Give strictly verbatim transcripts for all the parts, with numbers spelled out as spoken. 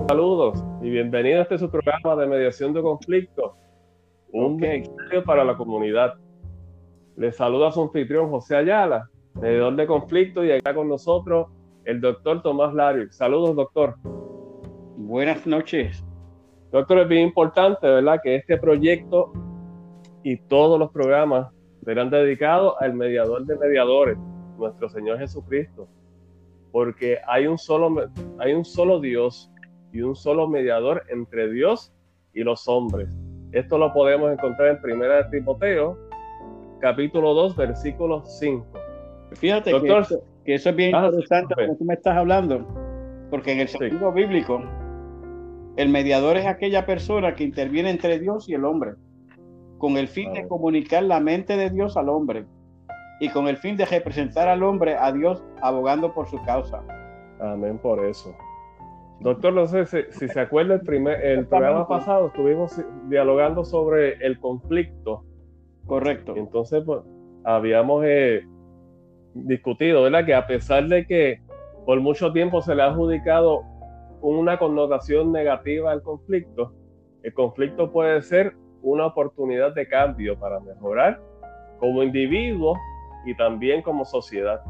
Saludos y bienvenido a este su programa de mediación de conflictos, un Okay. ministerio para la comunidad. Les saluda su anfitrión José Ayala, mediador de conflictos, y acá con nosotros el doctor Tomás Larios. Saludos, doctor. Buenas noches. Doctor, es bien importante, ¿verdad?, que este proyecto y todos los programas serán dedicados al mediador de mediadores, nuestro Señor Jesucristo, porque hay un solo, hay un solo Dios y un solo mediador entre Dios y los hombres. Esto lo podemos encontrar en Primera de Timoteo, capítulo dos, versículo cinco. Fíjate Doctor, que, que eso es bien ah, interesante sí, lo que tú me estás hablando, porque en el sentido sí. bíblico, el mediador es aquella persona que interviene entre Dios y el hombre, con el fin Amén. de comunicar la mente de Dios al hombre y con el fin de representar al hombre a Dios abogando por su causa. Amén por eso. Doctor, no sé si, si se acuerda el, primer, el programa pasado, estuvimos dialogando sobre el conflicto. Correcto. Entonces, pues, habíamos eh, discutido, ¿verdad?, que a pesar de que por mucho tiempo se le ha adjudicado una connotación negativa al conflicto, el conflicto puede ser una oportunidad de cambio para mejorar como individuo y también como sociedad.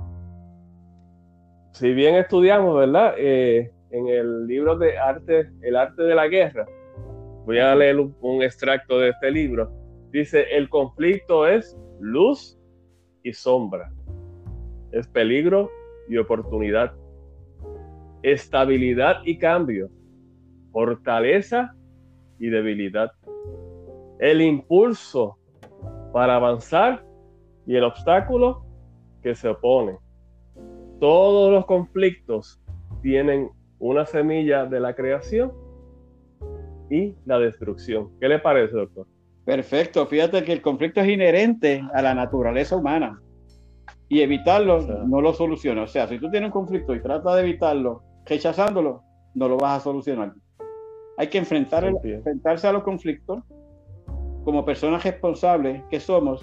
Si bien estudiamos, ¿verdad?, eh, en el libro de arte, El arte de la guerra, voy a leer un, un extracto de este libro. Dice: el conflicto es luz y sombra, es peligro y oportunidad, estabilidad y cambio, fortaleza y debilidad, el impulso para avanzar y el obstáculo que se opone. Todos los conflictos tienen una semilla de la creación y la destrucción. ¿Qué le parece, doctor? Perfecto. Fíjate que el conflicto es inherente a la naturaleza humana y evitarlo, o sea, no lo soluciona. O sea, si tú tienes un conflicto y tratas de evitarlo, rechazándolo, no lo vas a solucionar. Hay que enfrentar el, enfrentarse a los conflictos como personas responsables que somos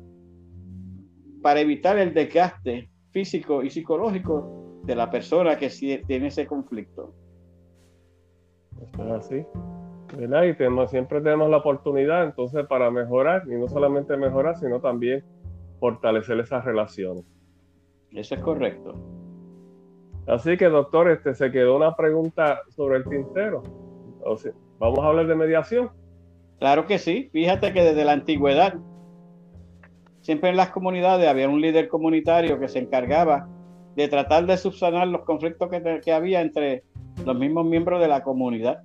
para evitar el desgaste físico y psicológico de la persona que tiene ese conflicto. Esto es así, ¿verdad? Y tenemos, siempre tenemos la oportunidad entonces para mejorar, y no solamente mejorar, sino también fortalecer esas relaciones. Eso es correcto. Así que, doctor, este, se quedó una pregunta sobre el tintero. O sea, ¿vamos a hablar de mediación? Claro que sí. Fíjate que desde la antigüedad, siempre en las comunidades había un líder comunitario que se encargaba de tratar de subsanar los conflictos que, que había entre los mismos miembros de la comunidad.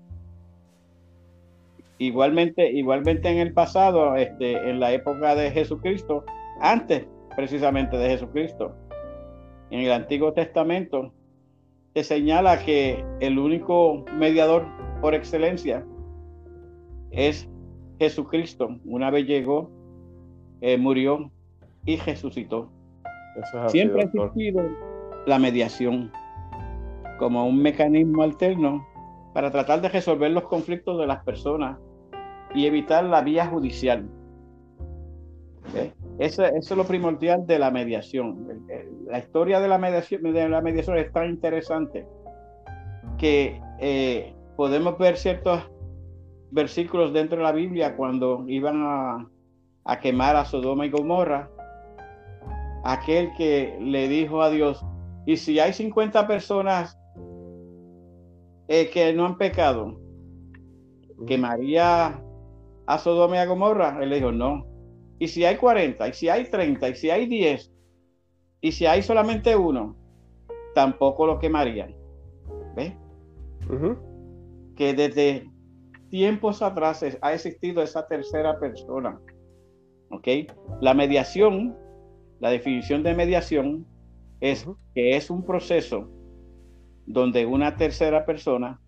Igualmente, igualmente en el pasado, este, en la época de Jesucristo, antes precisamente de Jesucristo, en el Antiguo Testamento, se señala que el único mediador por excelencia es Jesucristo. Una vez llegó, eh, murió y resucitó. Eso es así, siempre doctor. ha existido la mediación como un mecanismo alterno para tratar de resolver los conflictos de las personas y evitar la vía judicial. ¿Okay? Eso, eso es lo primordial de la mediación. La historia de la mediación, de la mediación es tan interesante que eh, podemos ver ciertos versículos dentro de la Biblia cuando iban a, a quemar a Sodoma y Gomorra. Aquel que le dijo a Dios: y si hay cincuenta personas eh, que no han pecado, ¿quemaría a Sodoma y a Gomorra? Él le dijo: no. Y si hay cuarenta, y si hay treinta, y si hay diez, y si hay solamente uno, tampoco lo quemarían. ¿Ves? Uh-huh. Que desde tiempos atrás ha existido esa tercera persona. ¿Ok? La mediación, la definición de mediación es uh-huh. que es un proceso donde una tercera persona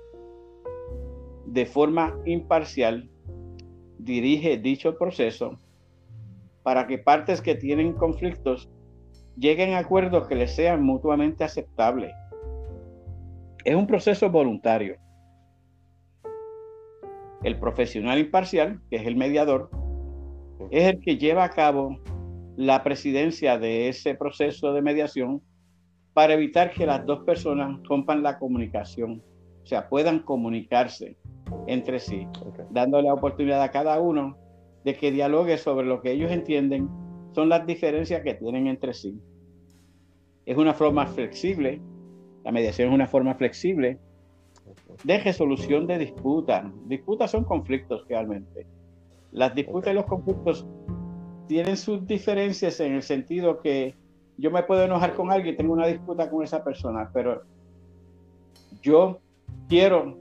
de forma imparcial dirige dicho proceso para que partes que tienen conflictos lleguen a acuerdos que les sean mutuamente aceptables. Es un proceso voluntario. El profesional imparcial, que es el mediador, es el que lleva a cabo la presidencia de ese proceso de mediación para evitar que las dos personas rompan la comunicación o sea, puedan comunicarse entre sí, Okay. dándole la oportunidad a cada uno de que dialogue sobre lo que ellos entienden son las diferencias que tienen entre sí. Es una forma flexible, la mediación es una forma flexible de resolución de disputas. Disputas son conflictos realmente. Las disputas Okay. y los conflictos tienen sus diferencias en el sentido que yo me puedo enojar con alguien y tengo una disputa con esa persona, pero yo quiero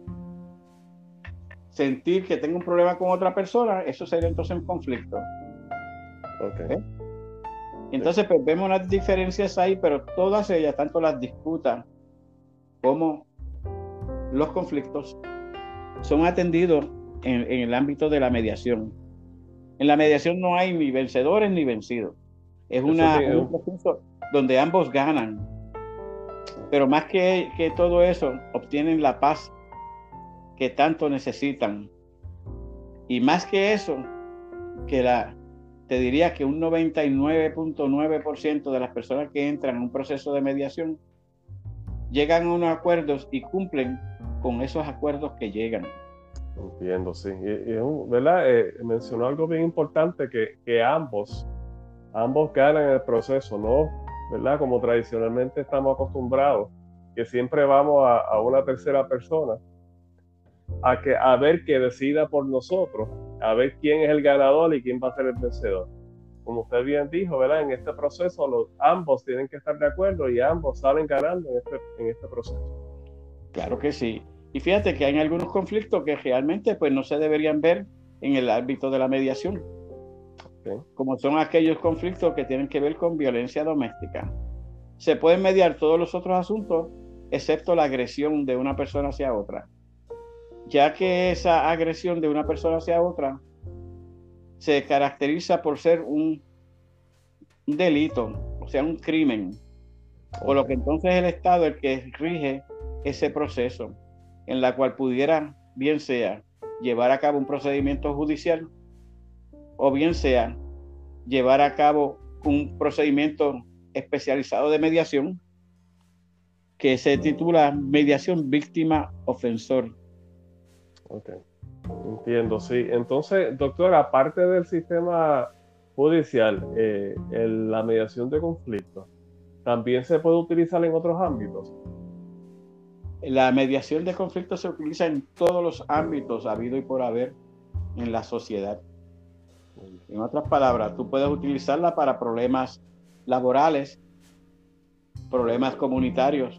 sentir que tengo un problema con otra persona, eso sería entonces un conflicto. Okay. ¿Eh? Entonces, pues vemos unas diferencias ahí, pero todas ellas, tanto las disputas como los conflictos, son atendidos en, en el ámbito de la mediación. En la mediación no hay ni vencedores ni vencidos. Es Eso una, tiene un un... proceso donde ambos ganan. Pero más que, que todo eso, obtienen la paz que tanto necesitan. Y más que eso, que la, te diría que un noventa y nueve punto nueve por ciento de las personas que entran en un proceso de mediación llegan a unos acuerdos y cumplen con esos acuerdos que llegan. Entiendo, sí. Y, y es un- ¿verdad? Eh, mencionó algo bien importante, que, que ambos, ambos ganan en el proceso, ¿no? ¿Verdad? Como tradicionalmente estamos acostumbrados, que siempre vamos a, a una tercera persona a, que, a ver que decida por nosotros, a ver quién es el ganador y quién va a ser el vencedor. Como usted bien dijo, ¿verdad? En este proceso los, ambos tienen que estar de acuerdo y ambos salen ganando en este, en este proceso. Claro que sí. Y fíjate que hay algunos conflictos que realmente pues no se deberían ver en el ámbito de la mediación, ¿Sí? como son aquellos conflictos que tienen que ver con violencia doméstica. Se pueden mediar todos los otros asuntos, excepto la agresión de una persona hacia otra, ya que esa agresión de una persona hacia otra se caracteriza por ser un, un delito, o sea, un crimen, por lo que entonces el Estado es el que rige ese proceso, en la cual pudiera, bien sea, llevar a cabo un procedimiento judicial, o bien sea, llevar a cabo un procedimiento especializado de mediación, que se titula Mediación Víctima-Ofensor. Ok, entiendo, sí. Entonces, doctor, aparte del sistema judicial, eh, el- la mediación de conflictos, ¿también se puede utilizar en otros ámbitos? La mediación de conflictos se utiliza en todos los ámbitos habido y por haber en la sociedad. En otras palabras, tú puedes utilizarla para problemas laborales, problemas comunitarios,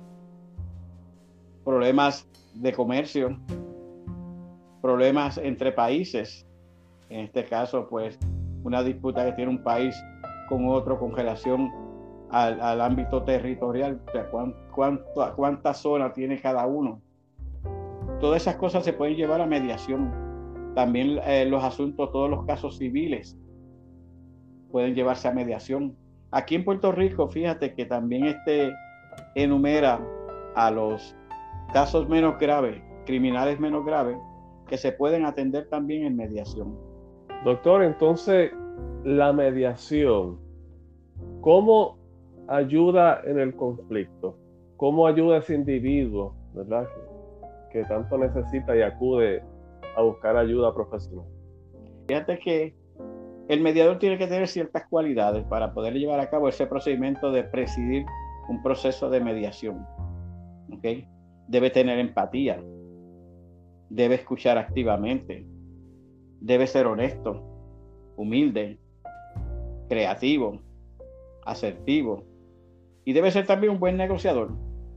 problemas de comercio, problemas entre países. En este caso, pues, una disputa que tiene un país con otro con relación al, al ámbito territorial, o sea, cuán, cuánto, cuánta zona tiene cada uno. Todas esas cosas se pueden llevar a mediación. También eh, los asuntos, todos los casos civiles pueden llevarse a mediación. Aquí en Puerto Rico, fíjate que también este enumera a los casos menos graves, criminales menos graves, que se pueden atender también en mediación. Doctor, entonces, la mediación, ¿cómo ayuda en el conflicto? ¿Cómo ayuda a ese individuo, ¿verdad? Que, que tanto necesita y acude a buscar ayuda profesional. Fíjate que el mediador tiene que tener ciertas cualidades para poder llevar a cabo ese procedimiento de presidir un proceso de mediación. ¿Okay? Debe tener empatía, debe escuchar activamente, debe ser honesto, humilde, creativo, asertivo y debe ser también un buen negociador.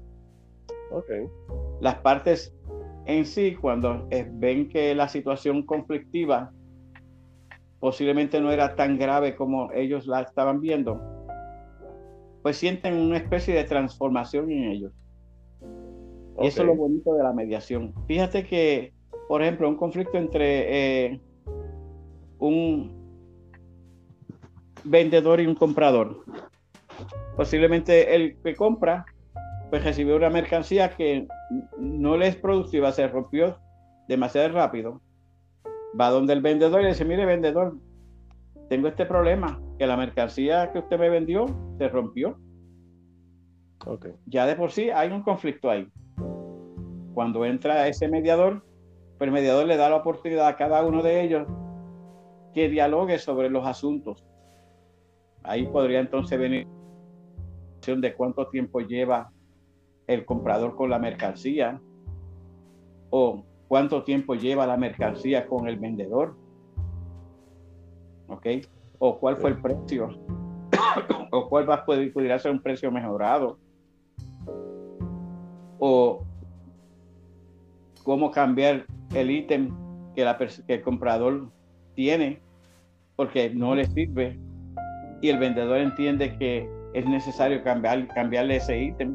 Okay. Las partes en sí, cuando ven que la situación conflictiva posiblemente no era tan grave como ellos la estaban viendo, pues sienten una especie de transformación en ellos. Y Okay. eso es lo bonito de la mediación. Fíjate que, por ejemplo, un conflicto entre eh, un vendedor y un comprador. Posiblemente el que compra pues recibió una mercancía que no le es productiva, se rompió demasiado rápido. Va donde el vendedor y le dice, mire vendedor, tengo este problema, que la mercancía que usted me vendió se rompió. Okay. Ya de por sí hay un conflicto ahí. cuando entra ese mediador, pues el mediador le da la oportunidad a cada uno de ellos que dialogue sobre los asuntos. Ahí podría entonces venir la cuestión de cuánto tiempo lleva el comprador con la mercancía, o cuánto tiempo lleva la mercancía con el vendedor, ¿ok? O cuál fue el precio, o cuál va a poder, pudiera ser un precio mejorado, o cómo cambiar el ítem que, la, que el comprador tiene porque no le sirve y el vendedor entiende que es necesario cambiar, cambiarle ese ítem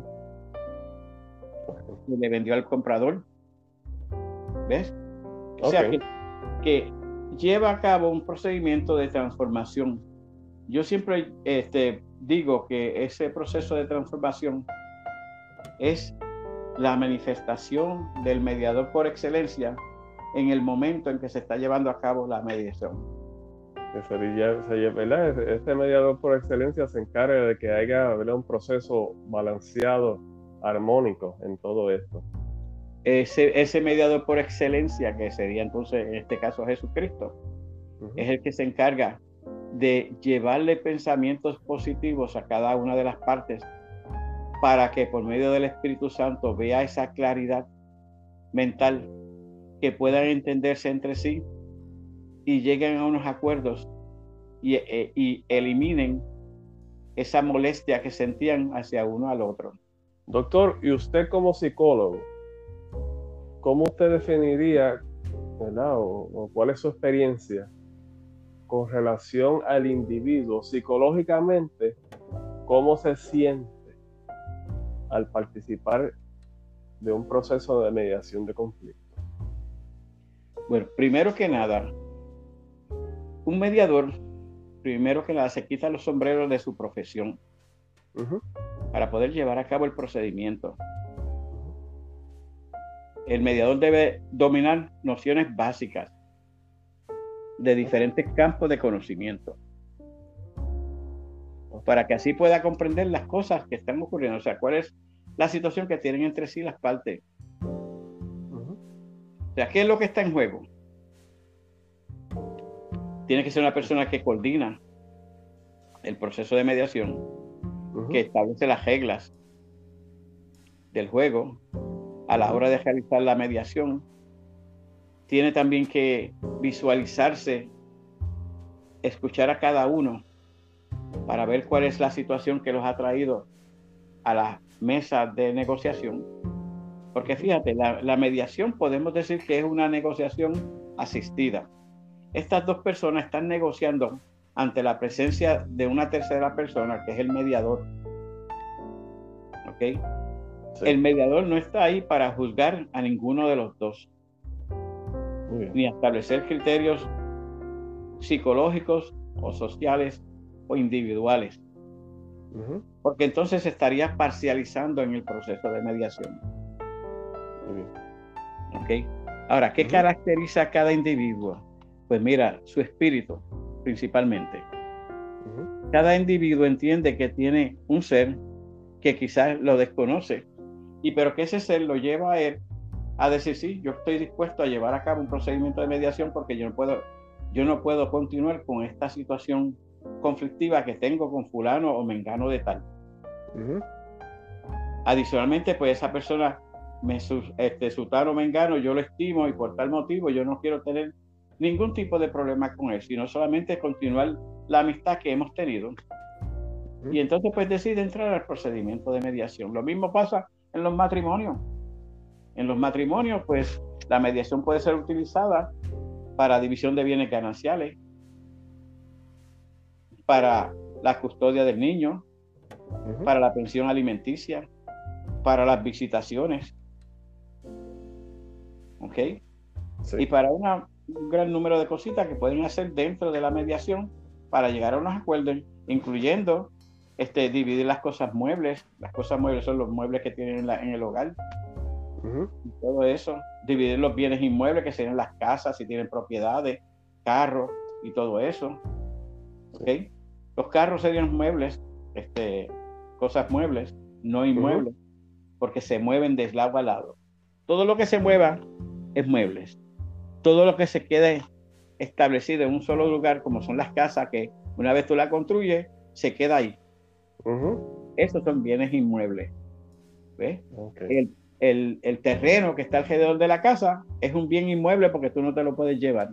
que le vendió al comprador. ¿Ves? O sea, okay. que, que lleva a cabo un procedimiento de transformación. Yo siempre este, digo que ese proceso de transformación es la manifestación del mediador por excelencia en el momento en que se está llevando a cabo la mediación. ¿Verdad? Este mediador por excelencia se encarga de que haya, ¿verdad?, un proceso balanceado, armónico en todo esto. Ese, ese mediador por excelencia, que sería entonces en este caso Jesucristo, uh-huh. es el que se encarga de llevarle pensamientos positivos a cada una de las partes para que por medio del Espíritu Santo vea esa claridad mental, que puedan entenderse entre sí y lleguen a unos acuerdos y, e, y eliminen esa molestia que sentían hacia uno al otro. Doctor, y usted como psicólogo, ¿cómo usted definiría, ¿verdad?, o, o cuál es su experiencia con relación al individuo psicológicamente? ¿Cómo se siente al participar de un proceso de mediación de conflicto? Bueno, primero que nada, un mediador, primero que nada, se quita los sombreros de su profesión uh-huh. para poder llevar a cabo el procedimiento. El mediador debe dominar nociones básicas de diferentes campos de conocimiento para que así pueda comprender las cosas que están ocurriendo, o sea, cuál es la situación que tienen entre sí las partes. Uh-huh. O sea, ¿qué es lo que está en juego? Tiene que ser una persona que coordina el proceso de mediación, uh-huh. que establece las reglas del juego a la hora de realizar la mediación. Tiene también que visualizarse, escuchar a cada uno para ver cuál es la situación que los ha traído a la mesa de negociación. Porque fíjate, la, la mediación podemos decir que es una negociación asistida. Estas dos personas están negociando ante la presencia de una tercera persona, que es el mediador. ¿Ok? Sí. El mediador no está ahí para juzgar a ninguno de los dos, ni establecer criterios psicológicos o sociales o individuales, uh-huh. porque entonces estaría parcializando en el proceso de mediación. Uh-huh. ¿Ok? Ahora, ¿qué uh-huh. caracteriza a cada individuo? Pues mira, su espíritu, principalmente. Uh-huh. Cada individuo entiende que tiene un ser que quizás lo desconoce, y pero que ese ser lo lleva a él a decir, sí, yo estoy dispuesto a llevar a cabo un procedimiento de mediación porque yo no puedo, yo no puedo continuar con esta situación conflictiva que tengo con fulano o mengano de tal. Uh-huh. Adicionalmente, pues esa persona, me, este, sutano mengano, yo lo estimo y por tal motivo yo no quiero tener ningún tipo de problema con él, sino solamente continuar la amistad que hemos tenido. Uh-huh. Y entonces pues decide entrar al procedimiento de mediación. Lo mismo pasa en los matrimonios. En los matrimonios, pues, la mediación puede ser utilizada para división de bienes gananciales, para la custodia del niño, uh-huh. para la pensión alimenticia, para las visitaciones, ¿ok? Sí. Y para una, un gran número de cositas que pueden hacer dentro de la mediación para llegar a unos acuerdos, incluyendo este, dividir las cosas muebles. Las cosas muebles son los muebles que tienen en, la, en el hogar. Uh-huh. Y todo eso, dividir los bienes inmuebles que serían las casas, si tienen propiedades, carros y todo eso. ¿Okay? Los carros serían muebles, este, cosas muebles, no inmuebles, uh-huh. porque se mueven de lado a lado. todo lo que se mueva es muebles. Todo lo que se quede establecido en un solo lugar, como son las casas, que una vez tú la construyes, se queda ahí. Uh-huh. Esos son bienes inmuebles. ¿Ves? Okay. El, el, el terreno que está alrededor de la casa es un bien inmueble porque tú no te lo puedes llevar.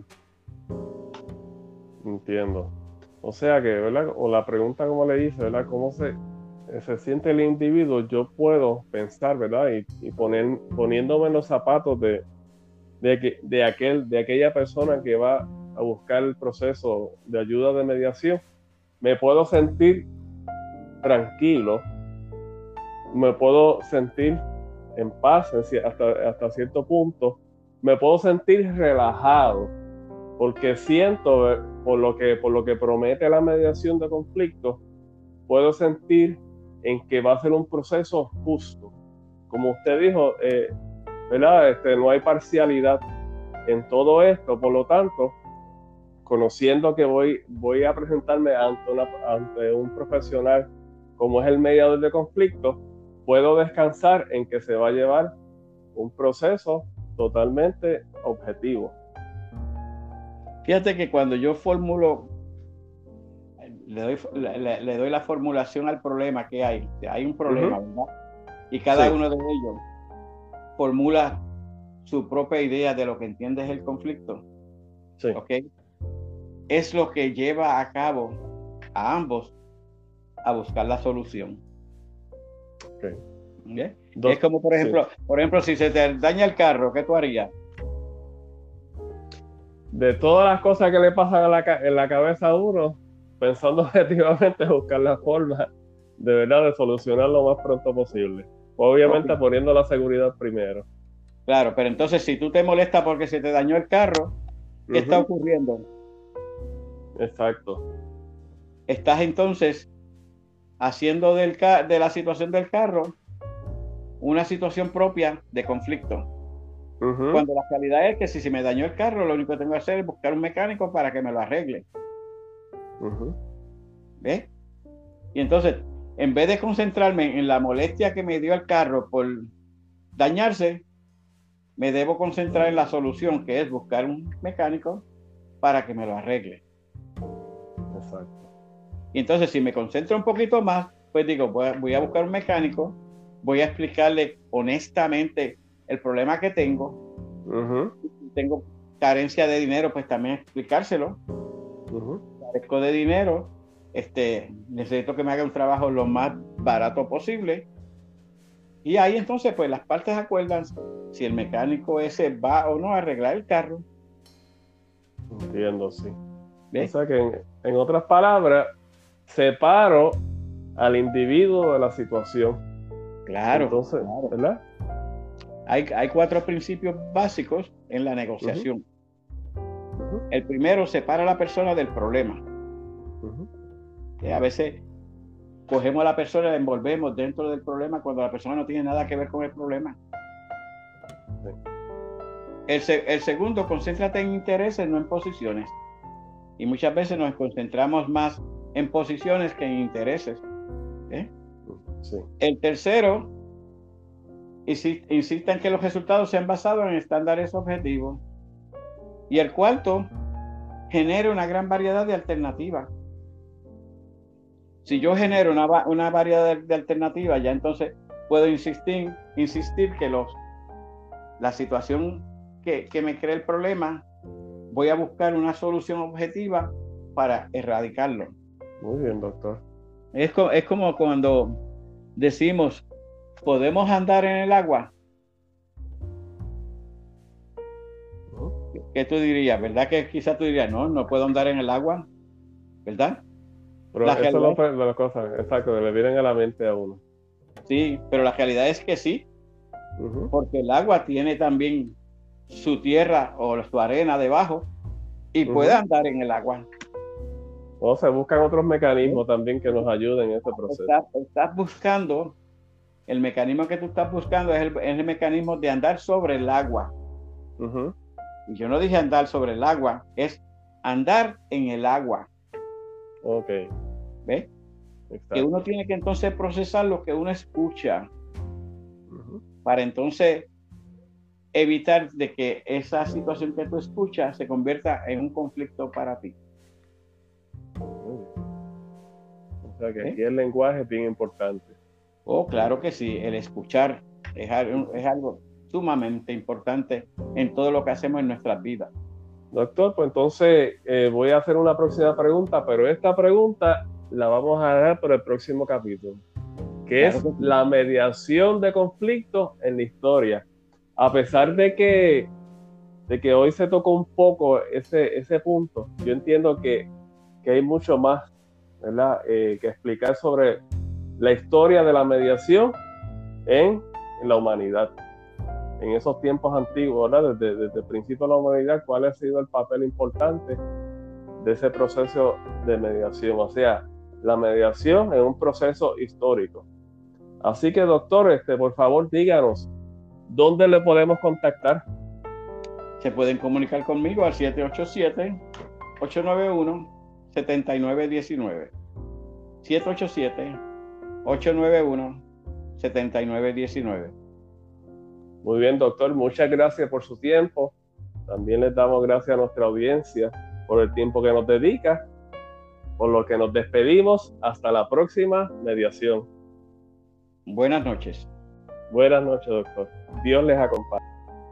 Entiendo. O sea que, ¿verdad? O la pregunta como le hice, ¿verdad? ¿Cómo se, se siente el individuo? Yo puedo pensar, ¿verdad? Y, y poner, poniéndome en los zapatos de, de, que, de, aquel, de aquella persona que va a buscar el proceso de ayuda de mediación, me puedo sentir tranquilo, me puedo sentir en paz en, hasta, hasta cierto punto, me puedo sentir relajado, porque siento, por lo que, por lo que promete la mediación de conflictos, puedo sentir en que va a ser un proceso justo. Como usted dijo, eh, ¿verdad? Este, no hay parcialidad en todo esto, por lo tanto, conociendo que voy, voy a presentarme ante, una, ante un profesional como es el mediador de conflictos, puedo descansar en que se va a llevar un proceso totalmente objetivo. Fíjate que cuando yo formulo, le doy, le, le doy la formulación al problema que hay. Hay un problema, uh-huh. ¿verdad? Y cada sí. uno de ellos formula su propia idea de lo que entiende es el conflicto. Sí. ¿Ok? Es lo que lleva a cabo a ambos a buscar la solución. Okay. ¿Okay? Es como, por ejemplo, sí. por ejemplo, si se te daña el carro, ¿qué tú harías? De todas las cosas que le pasan a la, en la cabeza a uno, pensando objetivamente buscar la forma de verdad de solucionarlo lo más pronto posible. Obviamente okay. poniendo la seguridad primero. Claro, pero entonces si tú te molestas porque se te dañó el carro, ¿qué uh-huh. está ocurriendo? Exacto. Estás entonces haciendo del ca- de la situación del carro una situación propia de conflicto. Uh-huh. Cuando la realidad es que si se me dañó el carro, lo único que tengo que hacer es buscar un mecánico para que me lo arregle. Uh-huh. ¿Ves? Y entonces, en vez de concentrarme en la molestia que me dio el carro por dañarse, me debo concentrar en la solución, que es buscar un mecánico para que me lo arregle. Exacto. Y entonces, si me concentro un poquito más, pues digo, voy a, voy a buscar un mecánico, voy a explicarle honestamente el problema que tengo. Uh-huh. Si tengo carencia de dinero, pues también explicárselo. Uh-huh. Carezco de dinero, este, necesito que me haga un trabajo lo más barato posible. Y ahí entonces, pues las partes acuerdan si el mecánico ese va o no a arreglar el carro. Entiendo, sí. ¿Ves? O sea que en, en otras palabras, separo al individuo de la situación. Claro. Entonces, claro. ¿verdad? Hay, hay cuatro principios básicos en la negociación. Uh-huh. Uh-huh. El primero, separa a la persona del problema. Uh-huh. Que a veces cogemos a la persona y la envolvemos dentro del problema cuando la persona no tiene nada que ver con el problema. Sí. El, el segundo, concéntrate en intereses, no en posiciones. Y muchas veces nos concentramos más en posiciones que en intereses. ¿Eh? Sí. El tercero, insista en que los resultados sean basados en estándares objetivos. Y el cuarto, genere una gran variedad de alternativas. Si yo genero una, una variedad de, de alternativas, ya entonces puedo insistir, insistir que los, la situación que, que me crea el problema, voy a buscar una solución objetiva para erradicarlo. Muy bien, doctor. Es, co- es como cuando decimos, ¿podemos andar en el agua? ¿Uh? ¿Qué tú dirías? ¿Verdad que quizás tú dirías, no, no puedo andar en el agua? ¿Verdad? Pero la eso no fue de las cosas, exacto, que le vienen a la mente a uno. Sí, pero la realidad es que sí, uh-huh. porque el agua tiene también su tierra o su arena debajo y uh-huh. puede andar en el agua. O se buscan otros mecanismos ¿sí? también que nos ayuden en este proceso. Estás, estás buscando, el mecanismo que tú estás buscando es el, es el mecanismo de andar sobre el agua. Uh-huh. Y yo no dije andar sobre el agua, es andar en el agua. Ok. ¿Ves? Exacto. Que uno tiene que entonces procesar lo que uno escucha uh-huh. para entonces evitar de que esa situación que tú escuchas se convierta en un conflicto para ti. O sea que aquí ¿Eh? el lenguaje es bien importante. Oh, claro que sí, el escuchar es algo, es algo sumamente importante en todo lo que hacemos en nuestras vidas. Doctor, pues entonces eh, voy a hacer una próxima pregunta, pero esta pregunta la vamos a dejar para el próximo capítulo, que claro es que sí. La mediación de conflictos en la historia. A pesar de que, de que hoy se tocó un poco ese, ese punto, yo entiendo que, que hay mucho más, ¿verdad? Eh, que explicar sobre la historia de la mediación en, en la humanidad. En esos tiempos antiguos, ¿verdad? Desde, desde el principio de la humanidad, ¿cuál ha sido el papel importante de ese proceso de mediación? O sea, la mediación es un proceso histórico. Así que, doctor, este, por favor, díganos, ¿dónde le podemos contactar? Se pueden comunicar conmigo al siete ocho siete, ocho nueve uno, siete nueve uno nueve. siete ocho siete, ocho nueve uno, siete nueve uno nueve. Muy bien, doctor, muchas gracias por su tiempo. También les damos gracias a nuestra audiencia por el tiempo que nos dedica, por lo que nos despedimos. Hasta la próxima mediación. Buenas noches. Buenas noches, doctor. Dios les acompañe.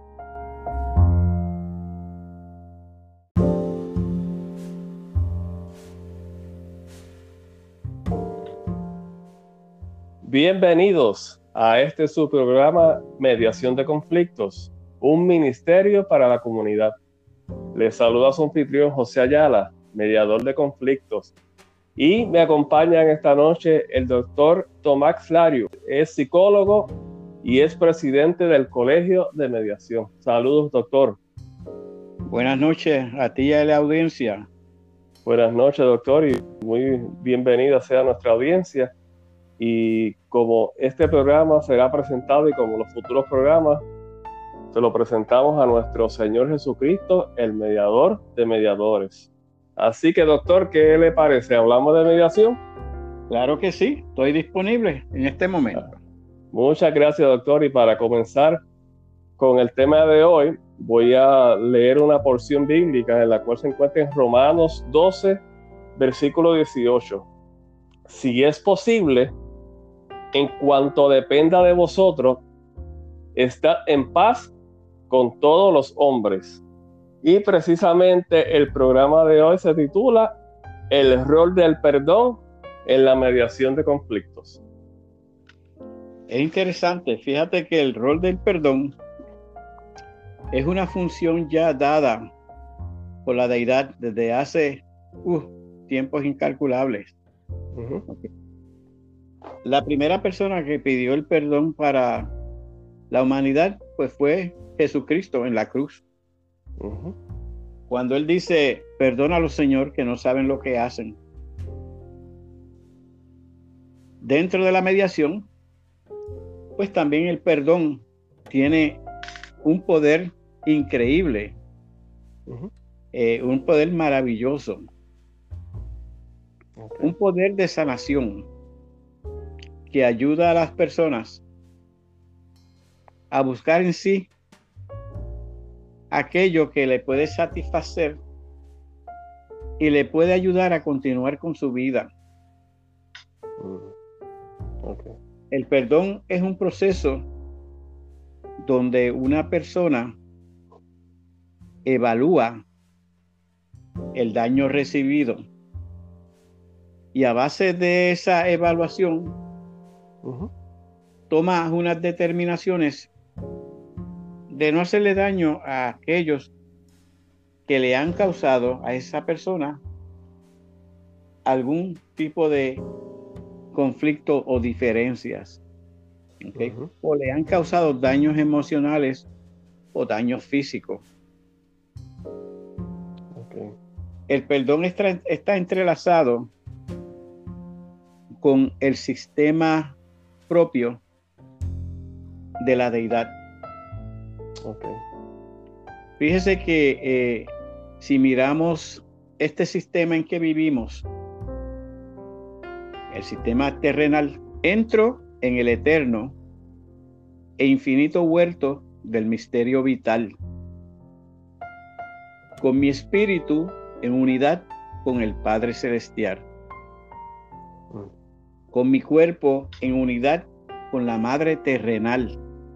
Bienvenidos a este su programa Mediación de Conflictos, un ministerio para la comunidad. Les saluda su anfitrión José Ayala, mediador de conflictos, y me acompaña en esta noche el doctor Tomás Lario, es psicólogo y es presidente del Colegio de Mediación. Saludos, doctor. Buenas noches a ti y a la audiencia. Buenas noches, doctor, y muy bienvenida sea nuestra audiencia. Y como este programa será presentado y como los futuros programas, se lo presentamos a nuestro Señor Jesucristo, el mediador de mediadores. Así que, doctor, ¿qué le parece? ¿Hablamos de mediación? Claro que sí, estoy disponible en este momento. Muchas gracias, doctor. Y para comenzar con el tema de hoy, voy a leer una porción bíblica en la cual se encuentra en Romanos doce, versículo dieciocho. Si es posible, en cuanto dependa de vosotros, estad en paz con todos los hombres. Y precisamente el programa de hoy se titula El rol del perdón en la mediación de conflictos. Es interesante, fíjate que el rol del perdón es una función ya dada por la deidad desde hace uh, tiempos incalculables. Uh-huh. Okay. La primera persona que pidió el perdón para la humanidad pues fue Jesucristo en la cruz. Uh-huh. Cuando él dice, perdónalos, Señor, que no saben lo que hacen. Dentro de la mediación, pues también el perdón tiene un poder increíble, uh-huh. eh, un poder maravilloso, okay. Un poder de sanación que ayuda a las personas a buscar en sí aquello que le puede satisfacer y le puede ayudar a continuar con su vida. Okay. El perdón es un proceso donde una persona evalúa el daño recibido y a base de esa evaluación uh-huh. toma unas determinaciones de no hacerle daño a aquellos que le han causado a esa persona algún tipo de conflicto o diferencias, ¿okay? Uh-huh. O le han causado daños emocionales o daños físicos. Okay. El perdón está, está entrelazado con el sistema propio de la deidad. Okay. Fíjese que eh, si miramos este sistema en que vivimos, el sistema terrenal, entro en el eterno e infinito huerto del misterio vital, con mi espíritu en unidad con el Padre Celestial, con mi cuerpo en unidad con la Madre terrenal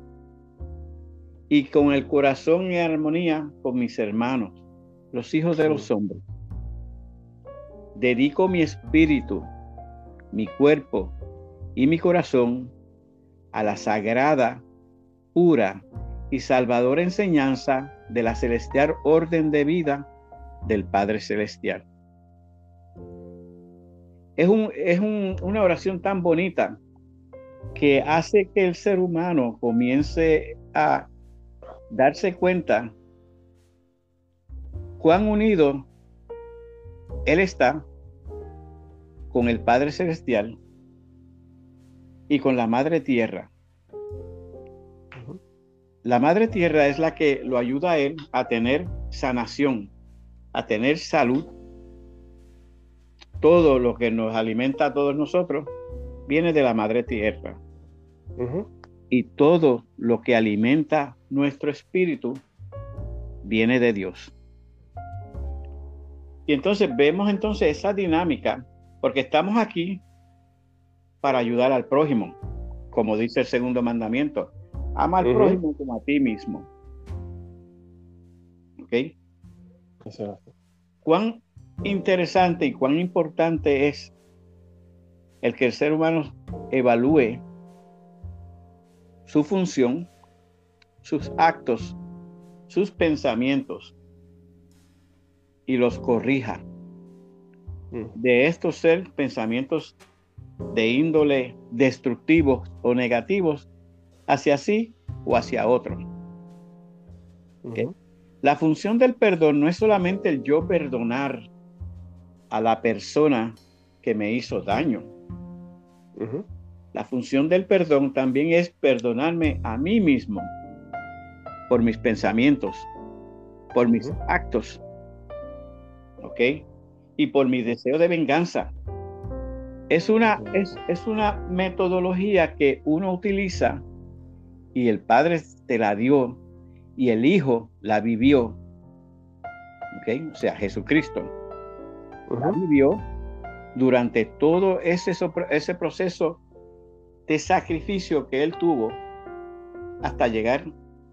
y con el corazón en armonía con mis hermanos, los hijos de los hombres. Dedico mi espíritu, mi cuerpo y mi corazón a la sagrada, pura y salvadora enseñanza de la celestial orden de vida del Padre Celestial. Es, un, es un, una oración tan bonita que hace que el ser humano comience a darse cuenta cuán unido él está con el Padre Celestial y con la Madre Tierra. La Madre Tierra es la que lo ayuda a él a tener sanación, a tener salud. Todo lo que nos alimenta a todos nosotros viene de la Madre Tierra. Uh-huh. Y todo lo que alimenta nuestro espíritu viene de Dios. Y entonces vemos entonces esa dinámica, porque estamos aquí para ayudar al prójimo, como dice el segundo mandamiento. Ama al uh-huh. prójimo como a ti mismo. ¿Ok? Exacto. Cuán interesante y cuán importante es el que el ser humano evalúe su función, sus actos, sus pensamientos y los corrija. Mm. De estos ser pensamientos de índole destructivos o negativos hacia sí o hacia otro. ¿Okay? Uh-huh. La función del perdón no es solamente el yo perdonar a la persona que me hizo daño. Uh-huh. La función del perdón también es perdonarme a mí mismo por mis pensamientos, por uh-huh. mis actos, ¿ok? Y por mi deseo de venganza. Es una, uh-huh. es, es una metodología que uno utiliza y el Padre te la dio y el Hijo la vivió, ¿ok? O sea, Jesucristo uh-huh. la vivió durante todo ese, ese proceso de sacrificio que él tuvo hasta llegar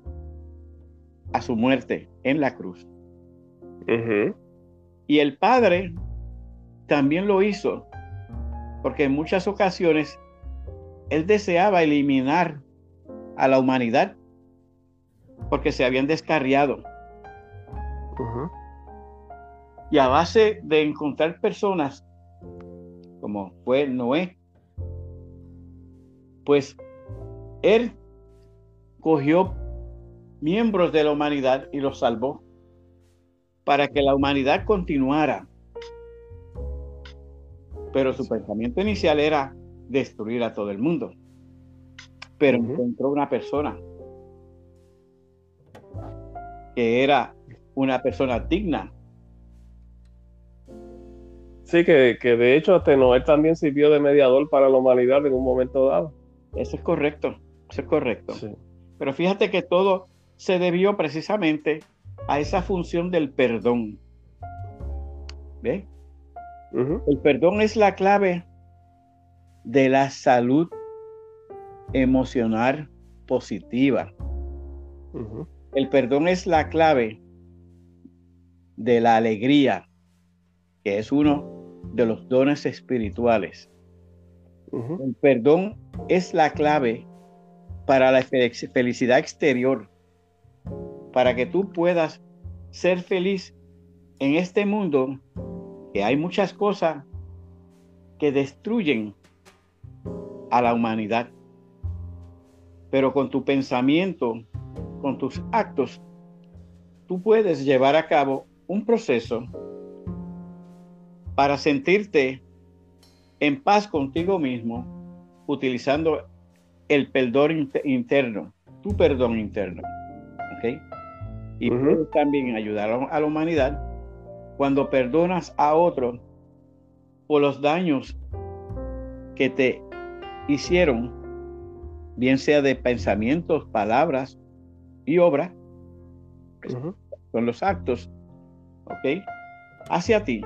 a su muerte en la cruz. Uh-huh. Y el Padre también lo hizo, porque en muchas ocasiones él deseaba eliminar a la humanidad porque se habían descarriado. Uh-huh. Y a base de encontrar personas como fue Noé, pues él cogió miembros de la humanidad y los salvó para que la humanidad continuara. Pero su pensamiento inicial era destruir a todo el mundo. Pero uh-huh. encontró una persona que era una persona digna. Sí, que, que de hecho hasta Noé también sirvió de mediador para la humanidad en un momento dado. Eso es correcto, eso es correcto. Sí. Pero fíjate que todo se debió precisamente a esa función del perdón. ¿Ve? Uh-huh. El perdón es la clave de la salud emocional positiva. Uh-huh. El perdón es la clave de la alegría, que es uno de los dones espirituales. Uh-huh. El perdón es la clave para la felicidad exterior, para que tú puedas ser feliz en este mundo, que hay muchas cosas que destruyen a la humanidad. Pero con tu pensamiento, con tus actos, tú puedes llevar a cabo un proceso para sentirte en paz contigo mismo, utilizando el perdón interno, tu perdón interno. ¿Okay? Y uh-huh. puedes también ayudar a la humanidad cuando perdonas a otro por los daños que te hicieron, bien sea de pensamientos, palabras y obra, Uh-huh. son los actos, ¿ok? Hacia ti,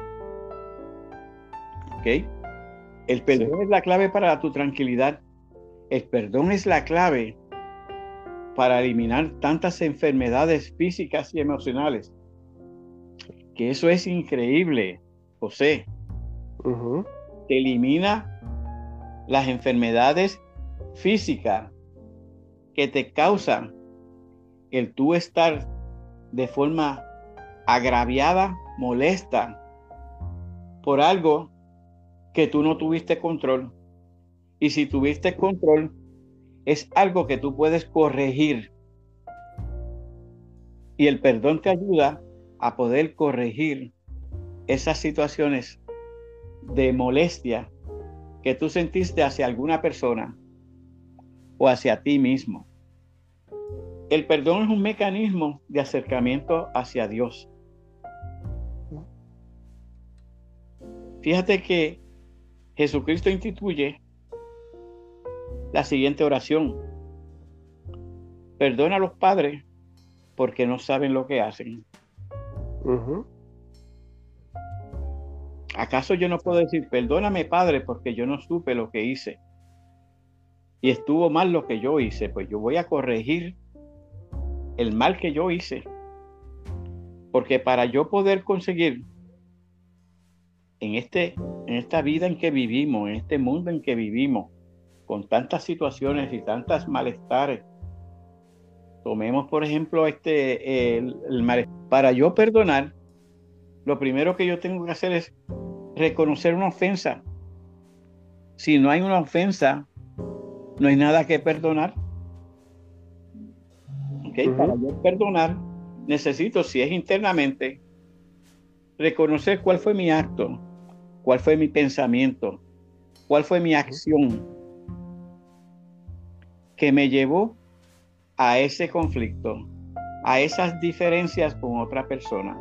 ¿ok? El perdón sí. es la clave para tu tranquilidad. El perdón es la clave para eliminar tantas enfermedades físicas y emocionales. Que eso es increíble, José. Uh-huh. Te elimina las enfermedades físicas que te causan el tú estar de forma agraviada, molesta por algo que tú no tuviste control. Y si tuviste control, es algo que tú puedes corregir. Y el perdón te ayuda a poder corregir esas situaciones de molestia que tú sentiste hacia alguna persona o hacia ti mismo. El perdón es un mecanismo de acercamiento hacia Dios. Fíjate que Jesucristo instituye la siguiente oración: perdona a los padres porque no saben lo que hacen. Uh-huh. ¿Acaso yo no puedo decir, perdóname, Padre, porque yo no supe lo que hice y estuvo mal lo que yo hice? Pues yo voy a corregir el mal que yo hice, porque para yo poder conseguir en este en esta vida en que vivimos, en este mundo en que vivimos, con tantas situaciones y tantas malestares, tomemos por ejemplo este el, el malestar. Para yo perdonar, lo primero que yo tengo que hacer es reconocer una ofensa. Si no hay una ofensa, no hay nada que perdonar. ¿Okay? Uh-huh. Para yo perdonar, necesito, si es internamente, reconocer cuál fue mi acto, cuál fue mi pensamiento, cuál fue mi acción que me llevó a ese conflicto, a esas diferencias con otra persona.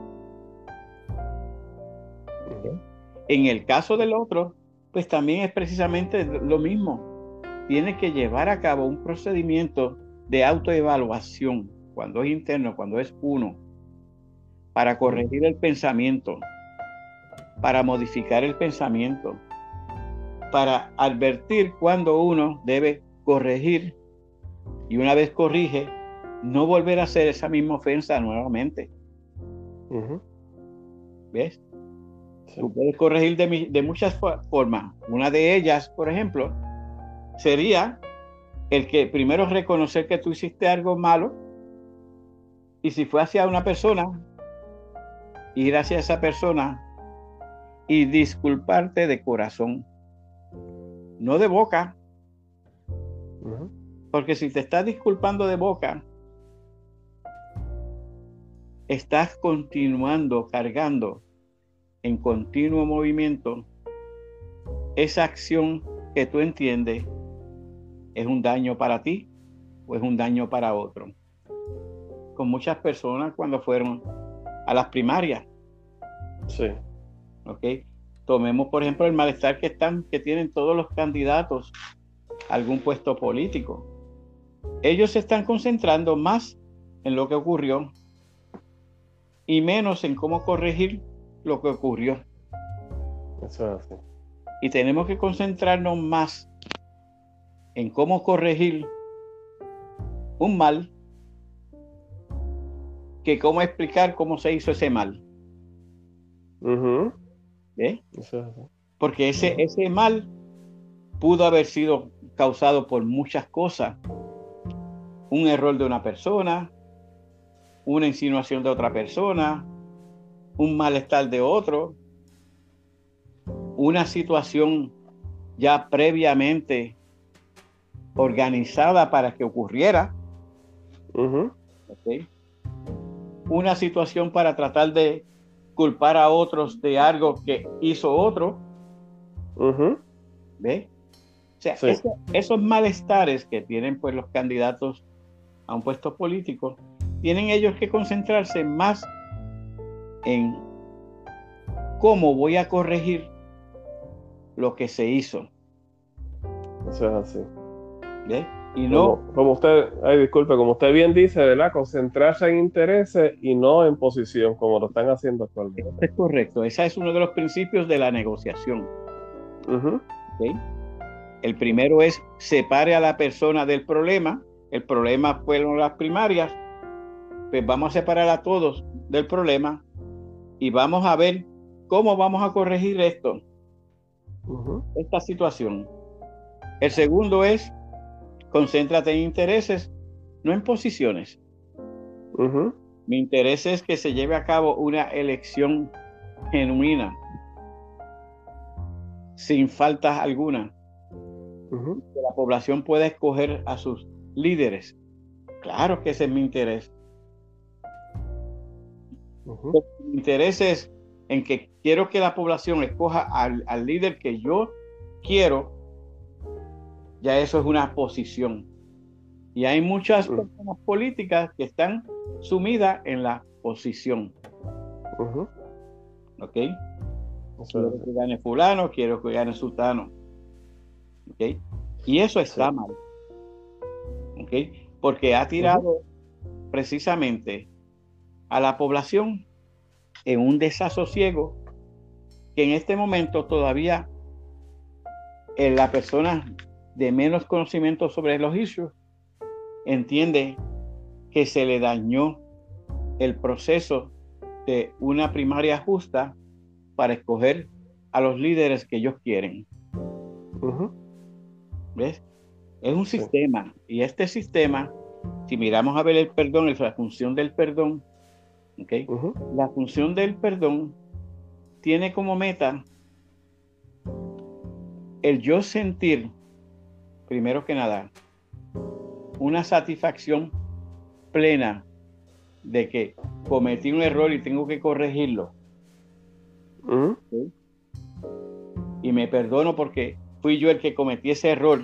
¿Okay? En el caso del otro, pues también es precisamente lo mismo. Tiene que llevar a cabo un procedimiento de autoevaluación, cuando es interno, cuando es uno, para corregir el pensamiento, para modificar el pensamiento, para advertir cuando uno debe corregir, y una vez corrige, no volver a hacer esa misma ofensa nuevamente. Uh-huh. ¿Ves? Sí. Tú puedes corregir de, de muchas formas. Una de ellas, por ejemplo, sería el que primero reconocer que tú hiciste algo malo, y si fue hacia una persona, ir hacia esa persona y disculparte de corazón, no de boca. Uh-huh. Porque si te estás disculpando de boca, estás continuando cargando en continuo movimiento esa acción que tú entiendes es un daño para ti o es un daño para otro. Con muchas personas cuando fueron a las primarias. Sí. ¿Ok? Tomemos, por ejemplo, el malestar que están, que tienen todos los candidatos a algún puesto político. Ellos se están concentrando más en lo que ocurrió y menos en cómo corregir lo que ocurrió. Eso es así. Y tenemos que concentrarnos más en cómo corregir un mal que cómo explicar cómo se hizo ese mal. Uh-huh. ¿Eh? Eso es así. Porque ese, uh-huh. ese mal pudo haber sido causado por muchas cosas. Un error de una persona, una insinuación de otra persona, un malestar de otro, una situación ya previamente organizada para que ocurriera. Uh-huh. ¿Okay? Una situación para tratar de culpar a otros de algo que hizo otro. Uh-huh. ¿Ve? O sea, sí. eso, esos malestares que tienen pues los candidatos a un puesto político, tienen ellos que concentrarse más en cómo voy a corregir lo que se hizo. Eso es así. ¿Ve? Y no, como, como usted, ay, disculpe, como usted bien dice, ¿verdad? Concentrarse en intereses y no en posición, como lo están haciendo actualmente. esto es correcto. Ese es uno de los principios de la negociación. Uh-huh. ¿Okay? El primero es separe a la persona del problema. El problema fueron las primarias. Pues vamos a separar a todos del problema y vamos a ver cómo vamos a corregir esto, Uh-huh. esta situación. El segundo es concéntrate en intereses, no en posiciones. Uh-huh. Mi interés es que se lleve a cabo una elección genuina, sin faltas alguna. Uh-huh. Que la población pueda escoger a sus líderes. Claro que ese es mi interés. Uh-huh. Mi interés es en que quiero que la población escoja al, al líder que yo quiero. Ya eso es una posición. Y hay muchas Uh-huh. personas políticas que están sumidas en la posición. Uh-huh. ¿Ok? Quiero que gane fulano, quiero que gane sultano. ¿Ok? Y eso está sí. mal. ¿Ok? Porque ha tirado uh-huh. precisamente a la población en un desasosiego que en este momento todavía en la persona de menos conocimiento sobre los issues entiende que se le dañó el proceso de una primaria justa para escoger a los líderes que ellos quieren. Uh-huh. ¿Ves? Es un sí. sistema, y este sistema, si miramos a ver el perdón, es la función del perdón, ¿okay? Uh-huh. La función del perdón tiene como meta el yo sentir, primero que nada, una satisfacción plena de que cometí un error y tengo que corregirlo. Uh-huh. ¿Sí? Y me perdono porque fui yo el que cometí ese error,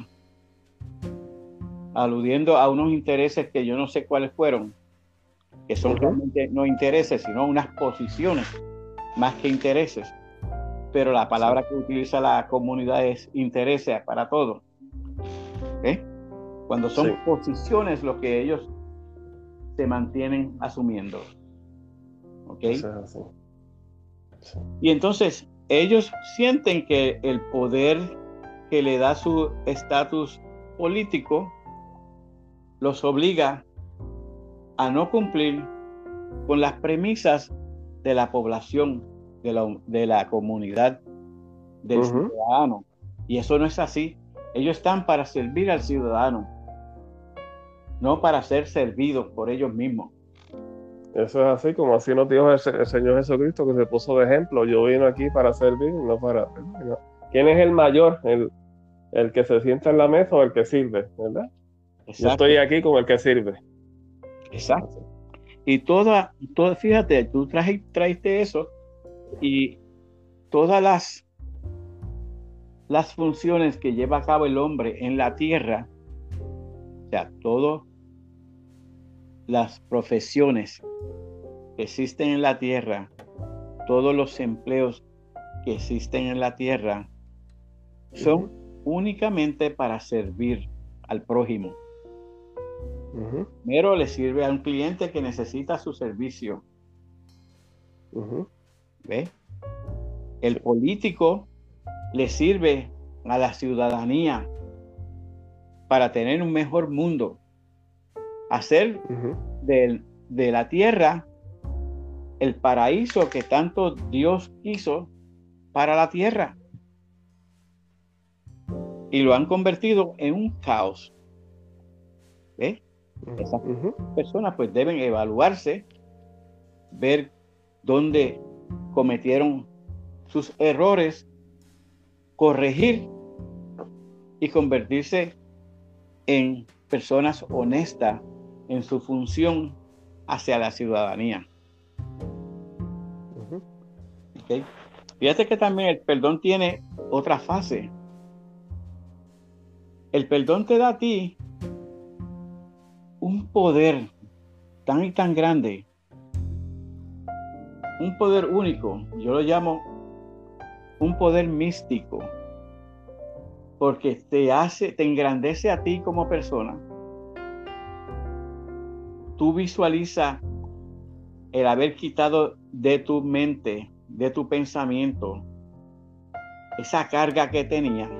aludiendo a unos intereses que yo no sé cuáles fueron, que son uh-huh. realmente no intereses, sino unas posiciones más que intereses. Pero la palabra sí. que utiliza la comunidad es intereses para todo. ¿Okay? Cuando son sí. posiciones lo que ellos se mantienen asumiendo. ¿Ok? Sí, sí. Sí. Y entonces ellos sienten que el poder que le da su estatus político los obliga a no cumplir con las premisas de la población, de la, de la comunidad, del uh-huh. ciudadano. Y eso no es así. Ellos están para servir al ciudadano, no para ser servidos por ellos mismos. Eso es así, como así nos dijo el, el Señor Jesucristo, que se puso de ejemplo. Yo vino aquí para servir, no para... No. ¿Quién es el mayor? ¿El, el que se sienta en la mesa o el que sirve? ¿Verdad? Exacto. Yo estoy aquí con el que sirve. Exacto. Y toda, toda fíjate, tú traje, traiste eso y todas las, las funciones que lleva a cabo el hombre en la tierra, o sea, todas las profesiones que existen en la tierra, todos los empleos que existen en la tierra, son uh-huh. únicamente para servir al prójimo. Uh-huh. Primero le sirve a un cliente que necesita su servicio. Uh-huh. ¿Ve? El político le sirve a la ciudadanía para tener un mejor mundo, hacer uh-huh. de, de la tierra el paraíso que tanto Dios quiso para la tierra, y lo han convertido en un caos. ¿Ve? Esas uh-huh. personas pues deben evaluarse, ver dónde cometieron sus errores, corregir y convertirse en personas honestas en su función hacia la ciudadanía. Uh-huh. ¿Okay? Fíjate que también el perdón tiene otra fase. El perdón te da a ti un poder tan y tan grande, un poder único, yo lo llamo un poder místico, porque te hace, te engrandece a ti como persona. Tú visualiza el haber quitado de tu mente, de tu pensamiento, esa carga que tenías.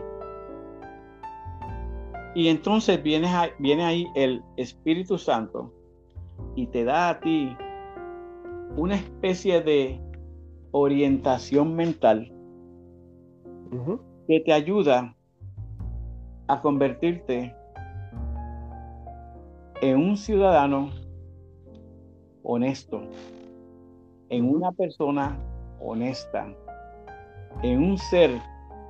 Y entonces viene, viene ahí el Espíritu Santo y te da a ti una especie de orientación mental uh-huh. que te ayuda a convertirte en un ciudadano honesto, en uh-huh. una persona honesta, en un ser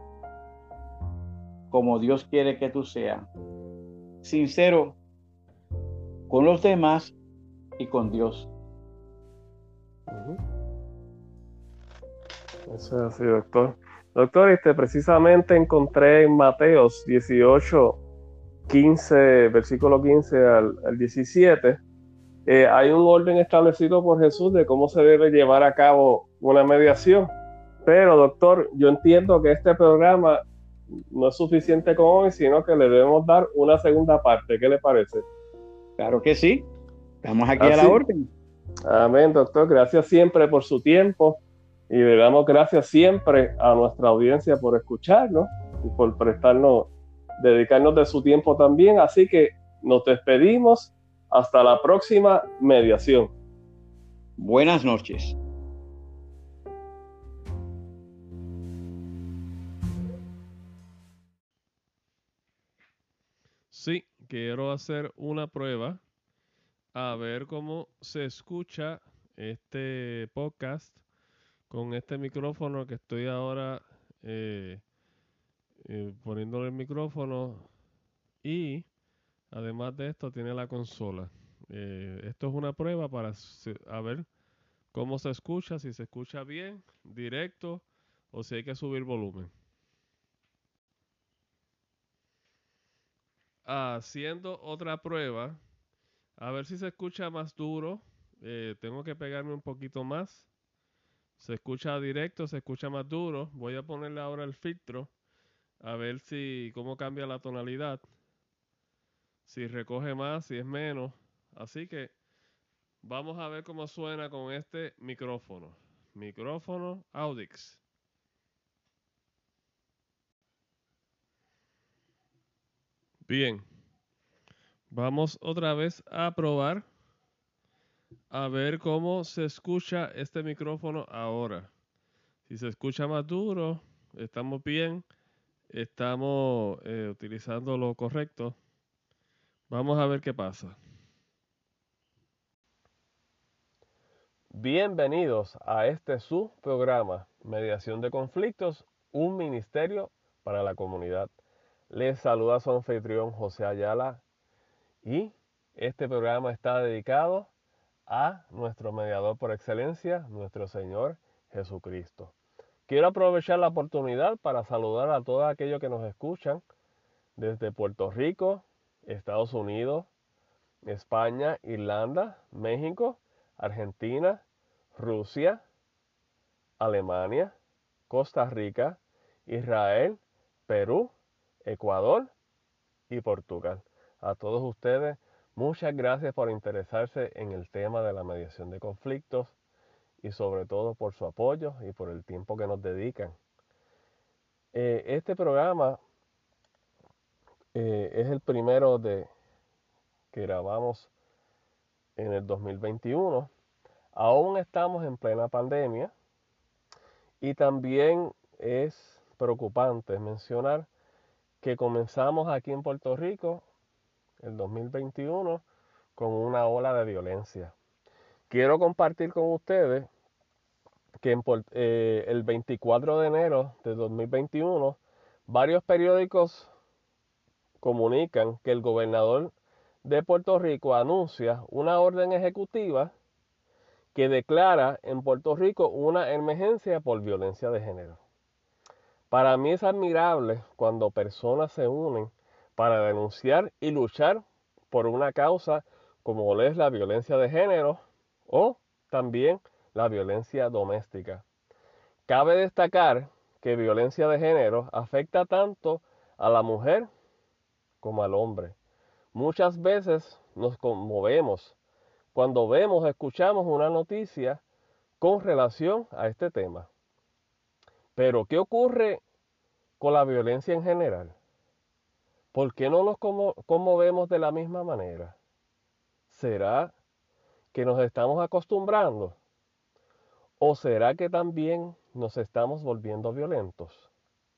como Dios quiere que tú seas, sincero con los demás y con Dios. Uh-huh. Eso es así, doctor. Doctor, este, precisamente encontré en Mateos dieciocho, quince, versículo quince al, al diecisiete, eh, hay un orden establecido por Jesús de cómo se debe llevar a cabo una mediación. Pero, doctor, yo entiendo que este programa no es suficiente con hoy, sino que le debemos dar una segunda parte. ¿Qué le parece? Claro que sí. Estamos aquí Así. a la orden. Amén, doctor. Gracias siempre por su tiempo y le damos gracias siempre a nuestra audiencia por escucharnos y por prestarnos, dedicarnos de su tiempo también. Así que nos despedimos. Hasta la próxima mediación. Buenas noches. Sí, quiero hacer una prueba a ver cómo se escucha este podcast con este micrófono que estoy ahora eh, eh, poniéndole el micrófono, y además de esto tiene la consola. Eh, esto es una prueba para a ver cómo se escucha, si se escucha bien, directo, o si hay que subir volumen. Haciendo otra prueba, a ver si se escucha más duro. Eh, tengo que pegarme un poquito más. Se escucha directo, se escucha más duro. Voy a ponerle ahora el filtro, a ver si cómo cambia la tonalidad. Si recoge más, si es menos. Así que vamos a ver cómo suena con este micrófono. Micrófono Audix. Bien. Vamos otra vez a probar a ver cómo se escucha este micrófono ahora. Si se escucha más duro, estamos bien. Estamos eh, utilizando lo correcto. Vamos a ver qué pasa. Bienvenidos a este su programa, Mediación de Conflictos, un ministerio para la comunidad. Les saluda su anfitrión José Ayala y este programa está dedicado a nuestro mediador por excelencia, nuestro Señor Jesucristo. Quiero aprovechar la oportunidad para saludar a todos aquellos que nos escuchan desde Puerto Rico, Estados Unidos, España, Irlanda, México, Argentina, Rusia, Alemania, Costa Rica, Israel, Perú, Ecuador y Portugal. A todos ustedes, muchas gracias por interesarse en el tema de la mediación de conflictos y sobre todo por su apoyo y por el tiempo que nos dedican. Eh, este programa eh, es el primero de que grabamos en el dos mil veintiuno. Aún estamos en plena pandemia y también es preocupante mencionar que comenzamos aquí en Puerto Rico el dos mil veintiuno con una ola de violencia. Quiero compartir con ustedes que en, eh, el veinticuatro de enero de dos mil veintiuno varios periódicos comunican que el gobernador de Puerto Rico anuncia una orden ejecutiva que declara en Puerto Rico una emergencia por violencia de género. Para mí es admirable cuando personas se unen para denunciar y luchar por una causa como es la violencia de género o también la violencia doméstica. Cabe destacar que violencia de género afecta tanto a la mujer como al hombre. Muchas veces nos conmovemos cuando vemos o escuchamos una noticia con relación a este tema. Pero, ¿qué ocurre con la violencia en general? ¿Por qué no nos conmovemos de la misma manera? ¿Será que nos estamos acostumbrando? ¿O será que también nos estamos volviendo violentos?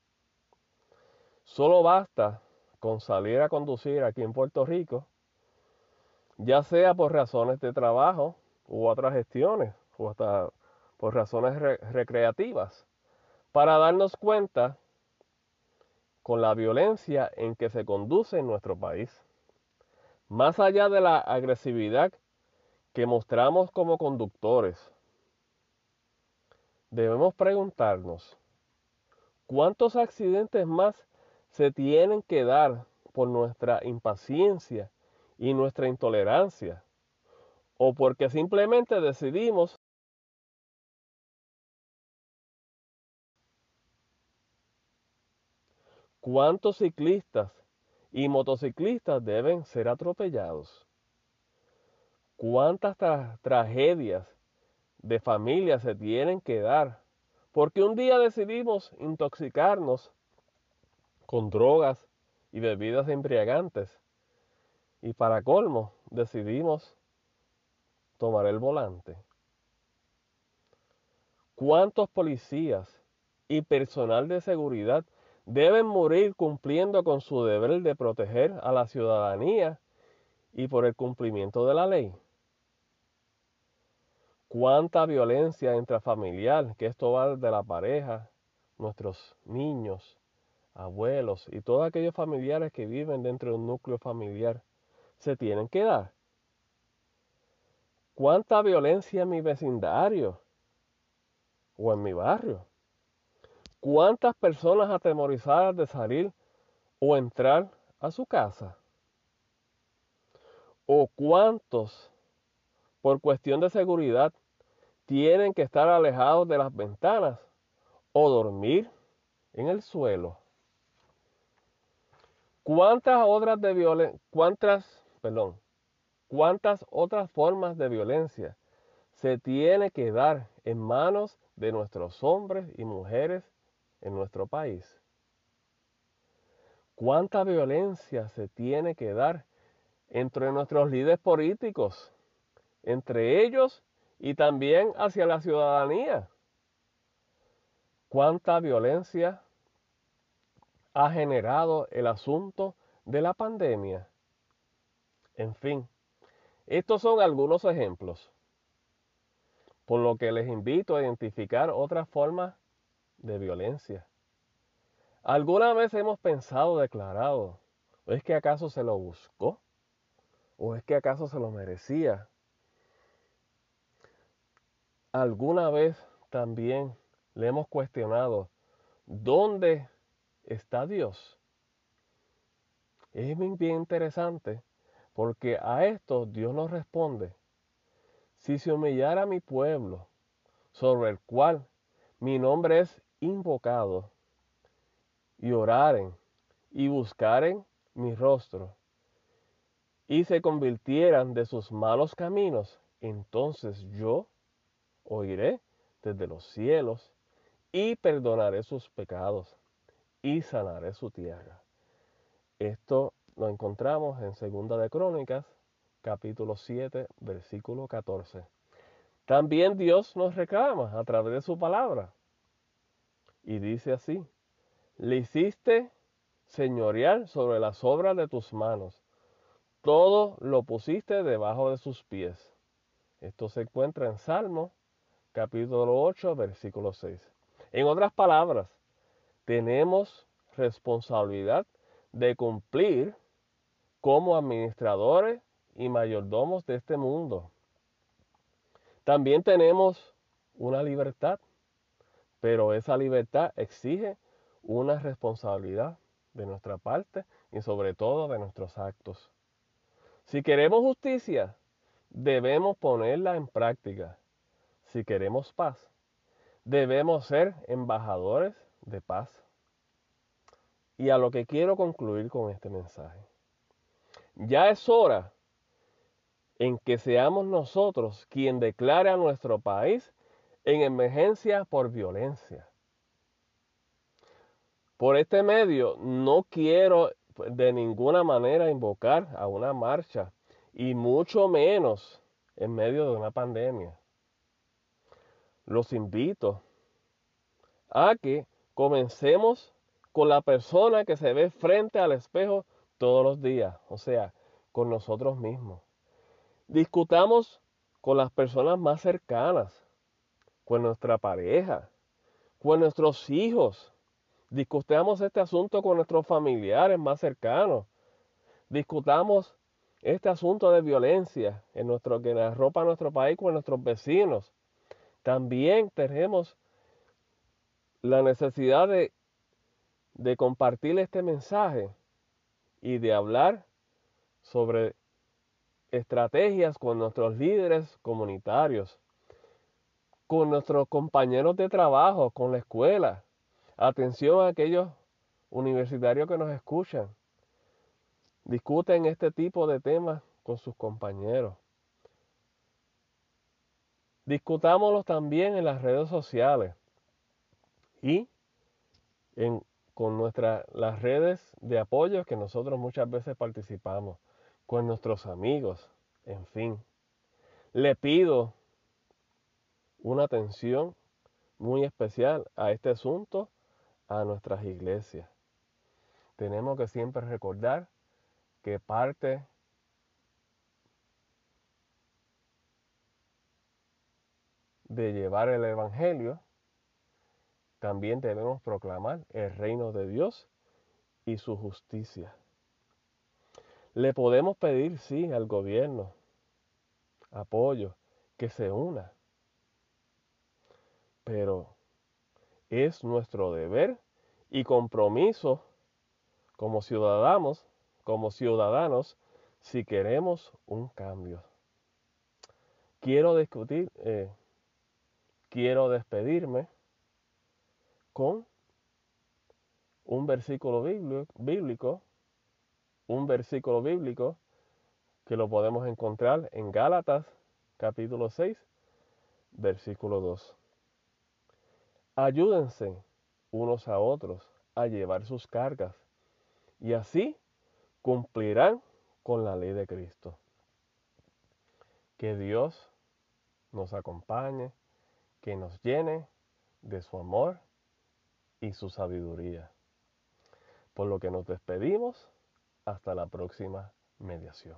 Solo basta con salir a conducir aquí en Puerto Rico, ya sea por razones de trabajo u otras gestiones, o hasta por razones re- recreativas, para darnos cuenta con la violencia en que se conduce en nuestro país. Más allá de la agresividad que mostramos como conductores, debemos preguntarnos, ¿cuántos accidentes más se tienen que dar por nuestra impaciencia y nuestra intolerancia? ¿O porque simplemente decidimos? ¿Cuántos ciclistas y motociclistas deben ser atropellados? ¿Cuántas tra- tragedias de familias se tienen que dar porque un día decidimos intoxicarnos con drogas y bebidas embriagantes y para colmo decidimos tomar el volante? ¿Cuántos policías y personal de seguridad deben morir cumpliendo con su deber de proteger a la ciudadanía y por el cumplimiento de la ley? ¿Cuánta violencia intrafamiliar, que esto va de la pareja, nuestros niños, abuelos y todos aquellos familiares que viven dentro de un núcleo familiar, se tienen que dar? ¿Cuánta violencia en mi vecindario o en mi barrio? ¿Cuántas personas atemorizadas de salir o entrar a su casa? ¿O cuántos, por cuestión de seguridad, tienen que estar alejados de las ventanas o dormir en el suelo? ¿Cuántas otras de violen- cuántas, perdón, cuántas otras formas de violencia se tiene que dar en manos de nuestros hombres y mujeres en nuestro país? ¿Cuánta violencia se tiene que dar entre nuestros líderes políticos, entre ellos y también hacia la ciudadanía? ¿Cuánta violencia ha generado el asunto de la pandemia? En fin, estos son algunos ejemplos, por lo que les invito a identificar otras formas de violencia. ¿Alguna vez hemos pensado, declarado, ¿o es que acaso se lo buscó? ¿O es que acaso se lo merecía? ¿Alguna vez también le hemos cuestionado, ¿dónde está Dios? Es bien bien interesante porque a esto Dios nos responde: si se humillara mi pueblo, sobre el cual mi nombre es invocado, y oraren y buscaren mi rostro, y se convirtieran de sus malos caminos, entonces yo oiré desde los cielos y perdonaré sus pecados y sanaré su tierra. Esto lo encontramos en Segunda de Crónicas, capítulo siete, versículo catorce. También Dios nos reclama a través de su palabra y dice así: le hiciste señorear sobre las obras de tus manos, todo lo pusiste debajo de sus pies. Esto se encuentra en Salmo, capítulo ocho, versículo seis. En otras palabras, tenemos responsabilidad de cumplir como administradores y mayordomos de este mundo. También tenemos una libertad, pero esa libertad exige una responsabilidad de nuestra parte y sobre todo de nuestros actos. Si queremos justicia, debemos ponerla en práctica. Si queremos paz, debemos ser embajadores de paz. y a lo que quiero concluir con este mensaje. Ya es hora en que seamos nosotros quien declare a nuestro país en emergencia por violencia. Por este medio no quiero de ninguna manera invocar a una marcha y mucho menos en medio de una pandemia. Los invito a que comencemos con la persona que se ve frente al espejo todos los días, o sea, con nosotros mismos. Discutamos con las personas más cercanas, con nuestra pareja, con nuestros hijos. Discutamos este asunto con nuestros familiares más cercanos. Discutamos este asunto de violencia en nuestro, que arropa nuestro país con nuestros vecinos. También tenemos la necesidad de, de compartir este mensaje y de hablar sobre estrategias con nuestros líderes comunitarios, con nuestros compañeros de trabajo, con la escuela. Atención a aquellos universitarios que nos escuchan. Discuten este tipo de temas con sus compañeros. Discutámoslos también en las redes sociales y en, con nuestras las redes de apoyo que nosotros muchas veces participamos, con nuestros amigos, en fin. Le pido una atención muy especial a este asunto, a nuestras iglesias. Tenemos que siempre recordar que parte de llevar el evangelio, también debemos proclamar el reino de Dios y su justicia. Le podemos pedir, sí, al gobierno apoyo, que se una, pero es nuestro deber y compromiso como ciudadanos, como ciudadanos, si queremos un cambio. Quiero discutir, eh, quiero despedirme con un versículo bíblico, un versículo bíblico que lo podemos encontrar en Gálatas capítulo seis, versículo dos. Ayúdense unos a otros a llevar sus cargas y así cumplirán con la ley de Cristo. Que Dios nos acompañe, que nos llene de su amor y su sabiduría. Por lo que nos despedimos, hasta la próxima mediación.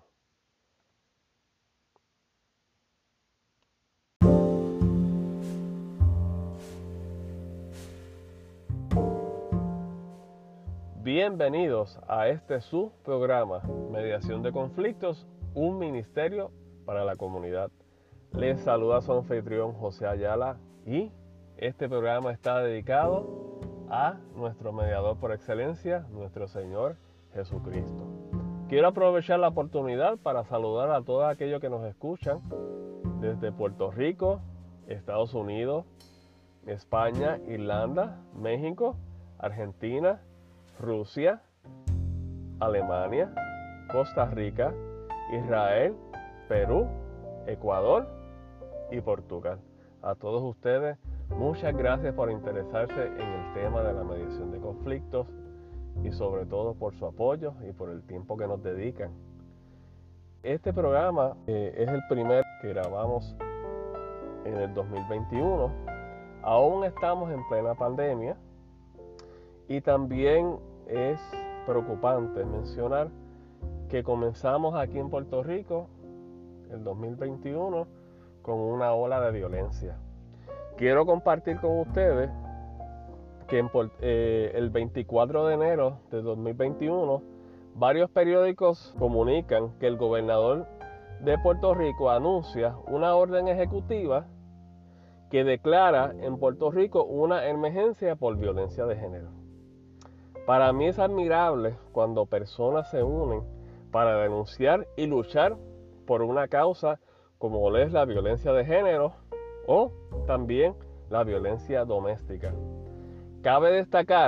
Bienvenidos a este su programa, Mediación de Conflictos, un ministerio para la comunidad. Les saluda su anfitrión José Ayala y este programa está dedicado a nuestro mediador por excelencia, nuestro Señor Jesucristo. Quiero aprovechar la oportunidad para saludar a todos aquellos que nos escuchan desde Puerto Rico, Estados Unidos, España, Irlanda, México, Argentina, Rusia, Alemania, Costa Rica, Israel, Perú, Ecuador y Portugal. A todos ustedes, muchas gracias por interesarse en el tema de la mediación de conflictos y sobre todo por su apoyo y por el tiempo que nos dedican. Este programa eh, es el primer que grabamos en el dos mil veintiuno. Aún estamos en plena pandemia. Y también es preocupante mencionar que comenzamos aquí en Puerto Rico el dos mil veintiuno con una ola de violencia. Quiero compartir con ustedes que en, eh, el veinticuatro de enero de dos mil veintiuno varios periódicos comunican que el gobernador de Puerto Rico anuncia una orden ejecutiva que declara en Puerto Rico una emergencia por violencia de género. Para mí es admirable cuando personas se unen para denunciar y luchar por una causa como lo es la violencia de género o también la violencia doméstica. Cabe destacar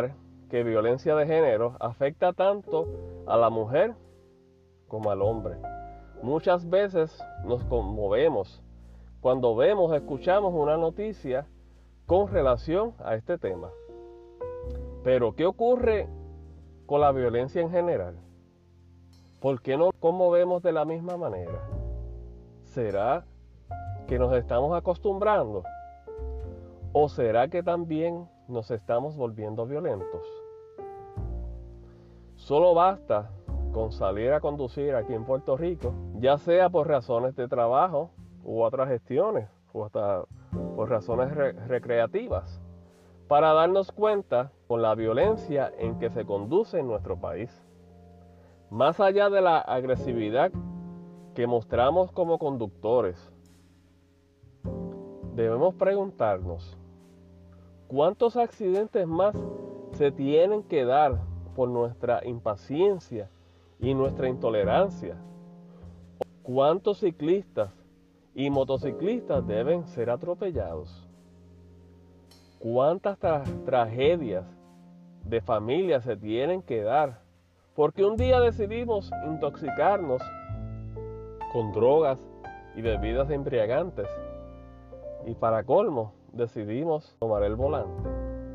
que violencia de género afecta tanto a la mujer como al hombre. Muchas veces nos conmovemos cuando vemos o escuchamos una noticia con relación a este tema. Pero, ¿qué ocurre con la violencia en general? ¿Por qué no nos conmovemos de la misma manera? ¿Será que nos estamos acostumbrando? ¿O será que también nos estamos volviendo violentos? Solo basta con salir a conducir aquí en Puerto Rico, ya sea por razones de trabajo u otras gestiones, o hasta por razones re- recreativas, para darnos cuenta con la violencia en que se conduce en nuestro país. Más allá de la agresividad que mostramos como conductores, debemos preguntarnos, ¿cuántos accidentes más se tienen que dar por nuestra impaciencia y nuestra intolerancia? ¿Cuántos ciclistas y motociclistas deben ser atropellados? ¿Cuántas tra- tragedias de familia se tienen que dar porque un día decidimos intoxicarnos con drogas y bebidas embriagantes y para colmo decidimos tomar el volante?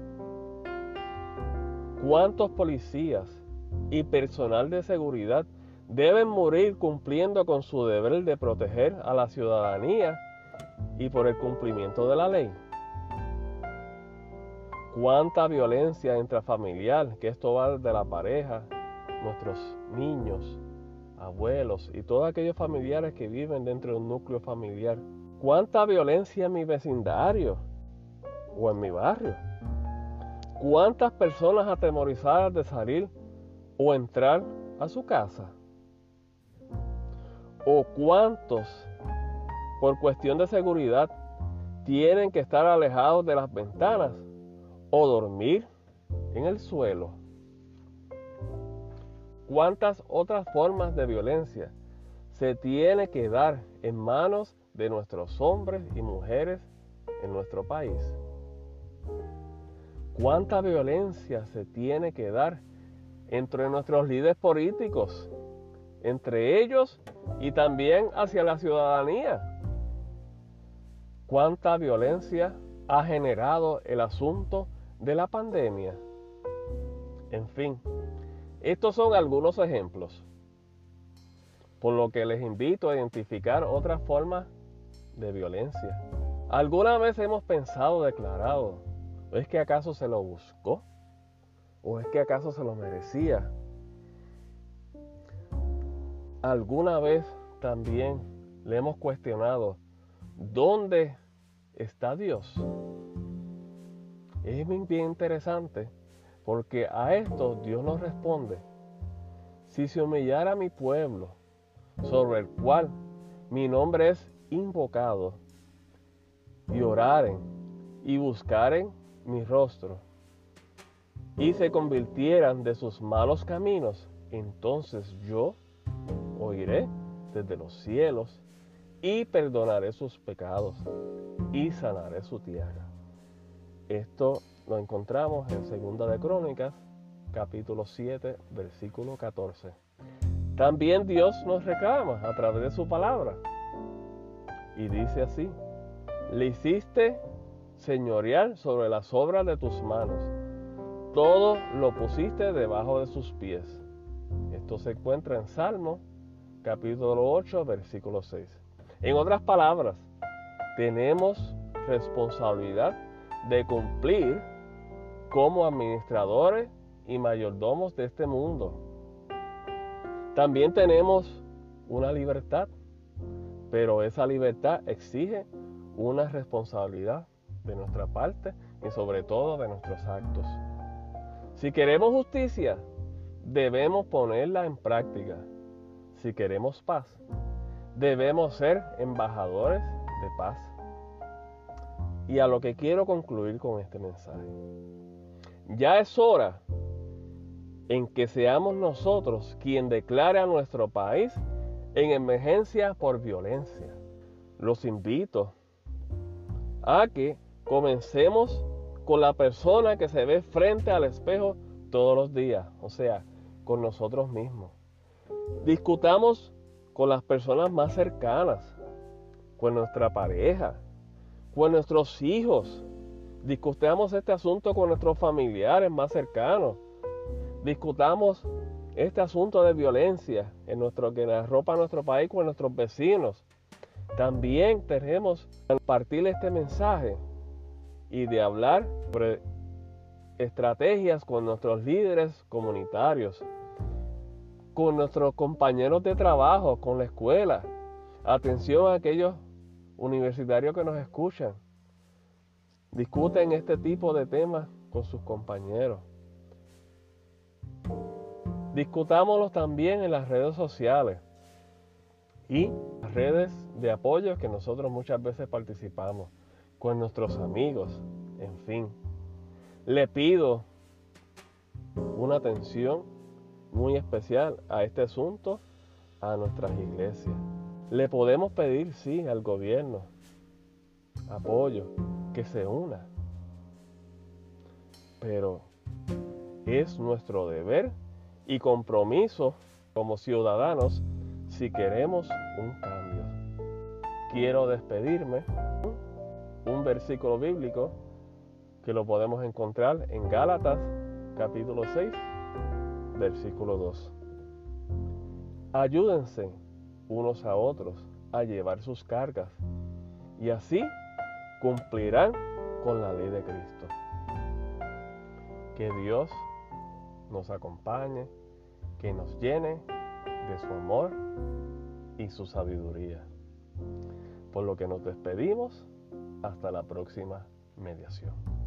¿Cuántos policías y personal de seguridad deben morir cumpliendo con su deber de proteger a la ciudadanía y por el cumplimiento de la ley? ¿Cuánta violencia intrafamiliar, que esto va de la pareja, nuestros niños, abuelos y todos aquellos familiares que viven dentro de un núcleo familiar? ¿Cuánta violencia en mi vecindario o en mi barrio? ¿Cuántas personas atemorizadas de salir o entrar a su casa? ¿O cuántos, por cuestión de seguridad, tienen que estar alejados de las ventanas o dormir en el suelo? ¿Cuántas otras formas de violencia se tiene que dar en manos de nuestros hombres y mujeres en nuestro país? ¿Cuánta violencia se tiene que dar entre nuestros líderes políticos, entre ellos y también hacia la ciudadanía? ¿Cuánta violencia ha generado el asunto de la pandemia? En fin, estos son algunos ejemplos, por lo que les invito a identificar otras formas de violencia. ¿Alguna vez hemos pensado, declarado, ¿es que acaso se lo buscó? ¿O es que acaso se lo merecía? ¿Alguna vez también le hemos cuestionado, ¿dónde está Dios? Es bien interesante porque a esto Dios nos responde: si se humillara mi pueblo, sobre el cual mi nombre es invocado, y oraren y buscaren mi rostro, y se convirtieran de sus malos caminos, entonces yo oiré desde los cielos y perdonaré sus pecados y sanaré su tierra. Esto lo encontramos en Segunda de Crónicas, capítulo siete, versículo catorce. También Dios nos reclama a través de su palabra y dice así: le hiciste señorear sobre las obras de tus manos, todo lo pusiste debajo de sus pies. Esto se encuentra en Salmo capítulo ocho, versículo seis. En otras palabras, tenemos responsabilidad de cumplir como administradores y mayordomos de este mundo. También tenemos una libertad, pero esa libertad exige una responsabilidad de nuestra parte y sobre todo de nuestros actos. Si queremos justicia, debemos ponerla en práctica. Si queremos paz, debemos ser embajadores de paz. Y a lo que quiero concluir con este mensaje: ya es hora en que seamos nosotros quien declare a nuestro país en emergencia por violencia. Los invito a que comencemos con la persona que se ve frente al espejo todos los días, o sea, con nosotros mismos. Discutamos con las personas más cercanas, con nuestra pareja, con nuestros hijos. Discutamos este asunto con nuestros familiares más cercanos. Discutamos este asunto de violencia en nuestro, que arropa nuestro país con nuestros vecinos. También tenemos que compartir este mensaje y de hablar sobre estrategias con nuestros líderes comunitarios, con nuestros compañeros de trabajo, con la escuela. Atención a aquellos universitarios que nos escuchan. Discuten este tipo de temas con sus compañeros. Discutámoslos también en las redes sociales y las redes de apoyo que nosotros muchas veces participamos, con nuestros amigos, en fin. Le pido una atención muy especial a este asunto, a nuestras iglesias. Le podemos pedir, sí, al gobierno apoyo, que se una, pero es nuestro deber y compromiso como ciudadanos si queremos un cambio. Quiero despedirme con un versículo bíblico que lo podemos encontrar en Gálatas capítulo seis, versículo dos. Ayúdense unos a otros a llevar sus cargas y así cumplirán con la ley de Cristo. Que Dios nos acompañe, que nos llene de su amor y su sabiduría. Por lo que nos despedimos, hasta la próxima mediación.